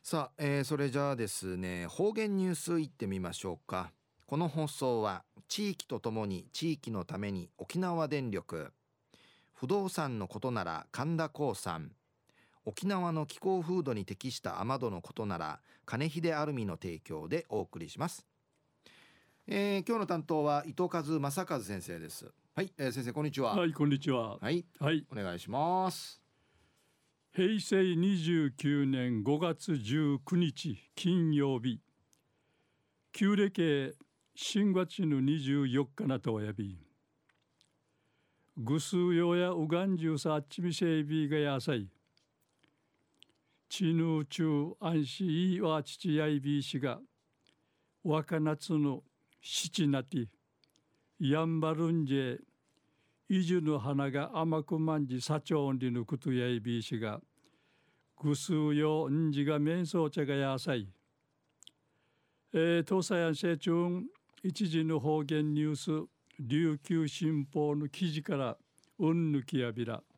さあ、それじゃあですね、方言ニュースいってみましょうか。この放送は地域とともに地域のために沖縄電力、不動産のことなら神田興産、沖縄の気候風土に適した雨戸のことなら金秀アルミの提供でお送りします。今日の担当は伊藤正和先生です。はい、先生こんにちは。 はい、こんにちは。 はい、 はい、 お願いします。 平成29年5月19日金曜日、旧暦新月の24日なとおやび、ぐすうよやうがんじゅうさあっちみせいびがやさい、ちぬうちゅうあんしいわちちやいびしが、若夏の七なて、やんばるんじえ、いじゅの花が甘くまんじさちょんりぬくとやいびしが、ぐすうよんじがめんそうちゃがやさい。東西安社中一時の方言ニュース琉球新報の記事からうんぬきやびら。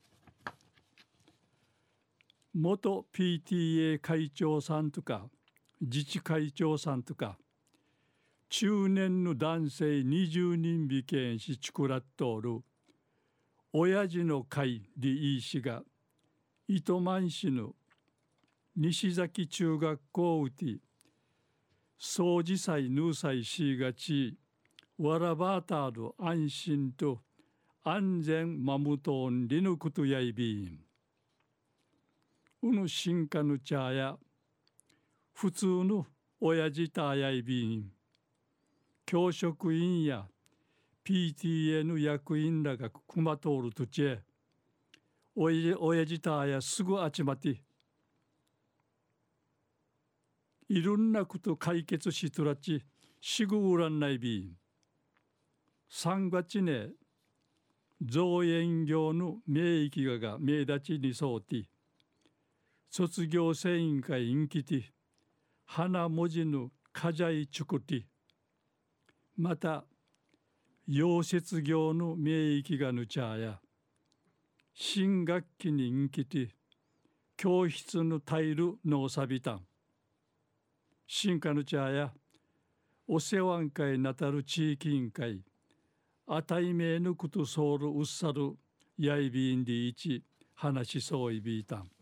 元 PTA 会長さんとか自治会長さんとか中年の男性20人びけんしちくらっとおる親父の会でいいしが糸満市の西崎中学校うて掃除祭ヌー祭しがちわらばーたる安心と安全まむとんりぬくとやいびんうぬしんかぬちゃや普通の親父たやいびん教職員や PTA の役員らがくまとおるとちえ親父たやすぐあちまていろんなこと解決しとらちしぐうらんないびん3月ね造園業の名域が名立ちにそうて卒業生委員会インキティ花文字のかじゃいちくてまた溶接業の名域がぬちゃや新学期にインキティ教室のタイルのさびたん新カヌチャーやお世話会なたる地域委員会あたいめぬくとソウルうっさるやいびんでいち話しそういびいたん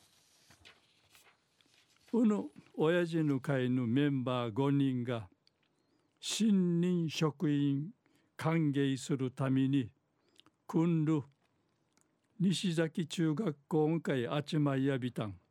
うぬ親父の会のメンバー5人が新任職員歓迎するために訓る西崎中学校会あちまいやびたん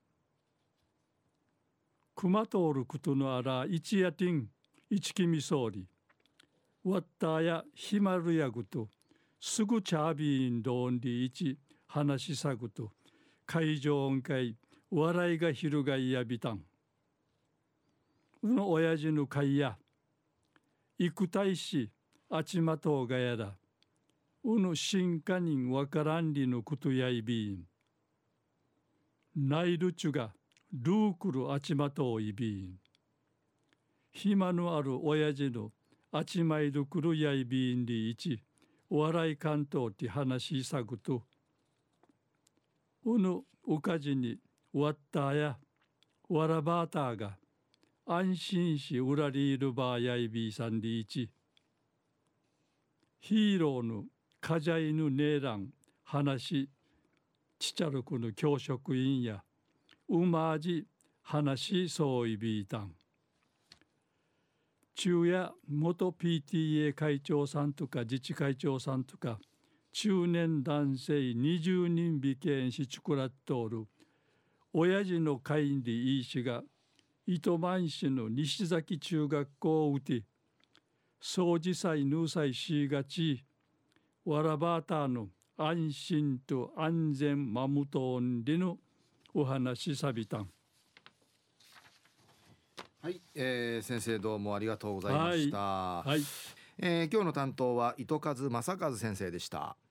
熊通ることのあら一夜ティン一気みそうりわったやひまるやぐとすぐチャービーンどんり一話しさぐと会場音階笑いが広がいやびたんうの親父の会や幾大使あちまとうがやらうの新家人わからんりのことやいびんナイルチュがルークルあちまとういびん暇のある親父のあちまいるくるやいびんりいち笑い関東って話しさぐとうぬうかじにわったやわらばたが安心しうらりいるばやいびさんりいちヒーローのかじゃいぬねえらん話ちちゃるくぬ教職員やうまじ話そういびいたん中や元 PTA 会長さんとか自治会長さんとか中年男性20人びけんしちくらっとおる親父の会員でいいしが糸満市の西崎中学校うて掃除祭ヌー祭しがちわらばたの安心と安全まむとんりのお話さびたんはい、先生どうもありがとうございました。 はい、はい今日の担当は糸数正和先生でした。